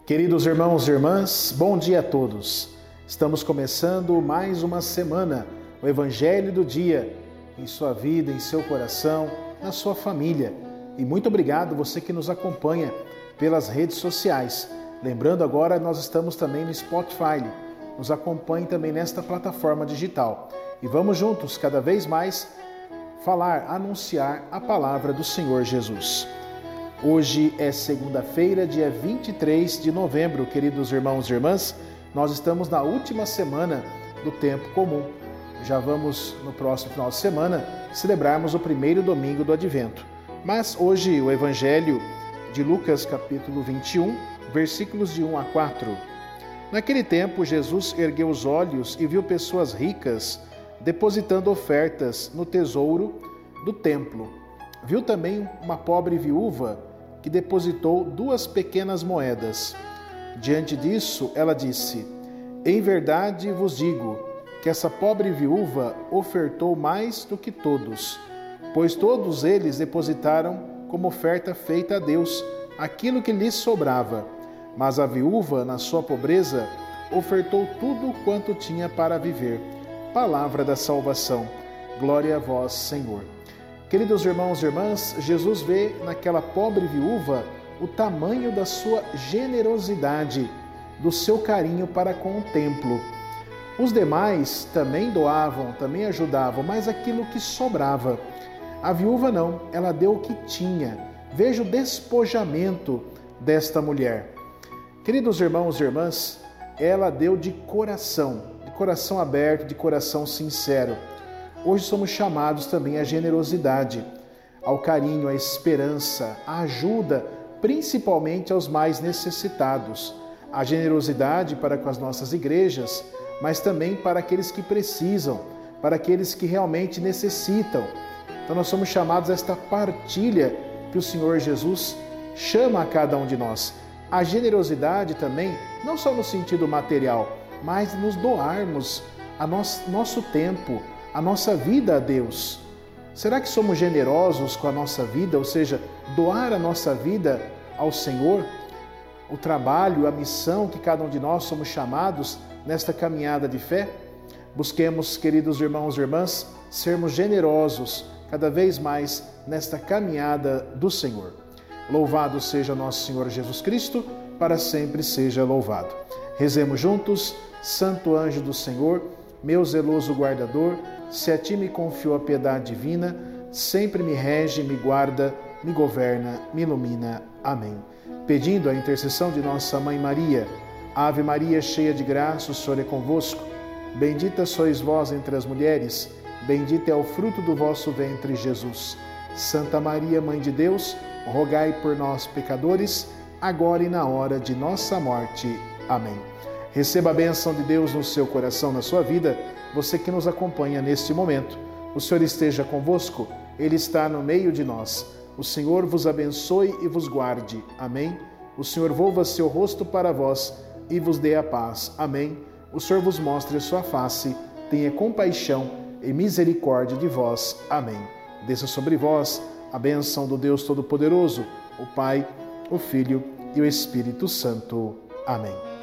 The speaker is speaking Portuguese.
Queridos irmãos e irmãs, bom dia a todos. Estamos começando mais uma semana, o Evangelho do Dia, em sua vida, em seu coração, na sua família. E muito obrigado você que nos acompanha pelas redes sociais. Lembrando agora, nós estamos também no Spotify. Nos acompanhe também nesta plataforma digital. E vamos juntos, cada vez mais, falar, anunciar a palavra do Senhor Jesus. Hoje é segunda-feira, dia 23 de novembro, queridos irmãos e irmãs. Nós estamos na última semana do tempo comum. Já vamos, no próximo final de semana, celebrarmos o primeiro domingo do Advento. Mas hoje o Evangelho de Lucas, capítulo 21, versículos de 1 a 4. Naquele tempo, Jesus ergueu os olhos e viu pessoas ricas depositando ofertas no tesouro do templo. Viu também uma pobre viúva que depositou 2 pequenas moedas. Diante disso, ela disse: "Em verdade vos digo que essa pobre viúva ofertou mais do que todos, pois todos eles depositaram como oferta feita a Deus aquilo que lhes sobrava. Mas a viúva, na sua pobreza, ofertou tudo quanto tinha para viver." Palavra da salvação. Glória a vós, Senhor. Queridos irmãos e irmãs, Jesus vê naquela pobre viúva o tamanho da sua generosidade, do seu carinho para com o templo. Os demais também doavam, também ajudavam, mas aquilo que sobrava. A viúva não, ela deu o que tinha. Veja o despojamento desta mulher. Queridos irmãos e irmãs, ela deu de coração aberto, de coração sincero. Hoje somos chamados também à generosidade, ao carinho, à esperança, à ajuda, principalmente aos mais necessitados. A generosidade para com as nossas igrejas, mas também para aqueles que precisam, para aqueles que realmente necessitam. Então nós somos chamados a esta partilha que o Senhor Jesus chama a cada um de nós. A generosidade também, não só no sentido material, mas nos doarmos nosso tempo, a nossa vida a Deus. Será que somos generosos com a nossa vida, ou seja, doar a nossa vida ao Senhor? O trabalho, a missão que cada um de nós somos chamados nesta caminhada de fé? Busquemos, queridos irmãos e irmãs, sermos generosos cada vez mais nesta caminhada do Senhor. Louvado seja nosso Senhor Jesus Cristo, para sempre seja louvado. Rezemos juntos. Santo anjo do Senhor, meu zeloso guardador, se a ti me confio a piedade divina, sempre me rege, me guarda, me governa, me ilumina. Amém. Pedindo a intercessão de nossa Mãe Maria, Ave Maria, cheia de graça, o Senhor é convosco. Bendita sois vós entre as mulheres, bendito é o fruto do vosso ventre, Jesus. Santa Maria, Mãe de Deus, rogai por nós, pecadores, agora e na hora de nossa morte. Amém. Receba a bênção de Deus no seu coração, na sua vida, você que nos acompanha neste momento. O Senhor esteja convosco, Ele está no meio de nós. O Senhor vos abençoe e vos guarde. Amém. O Senhor volva seu rosto para vós e vos dê a paz. Amém. O Senhor vos mostre a sua face, tenha compaixão e misericórdia de vós. Amém. Desça sobre vós a bênção do Deus Todo-Poderoso, o Pai, o Filho e o Espírito Santo. Amém.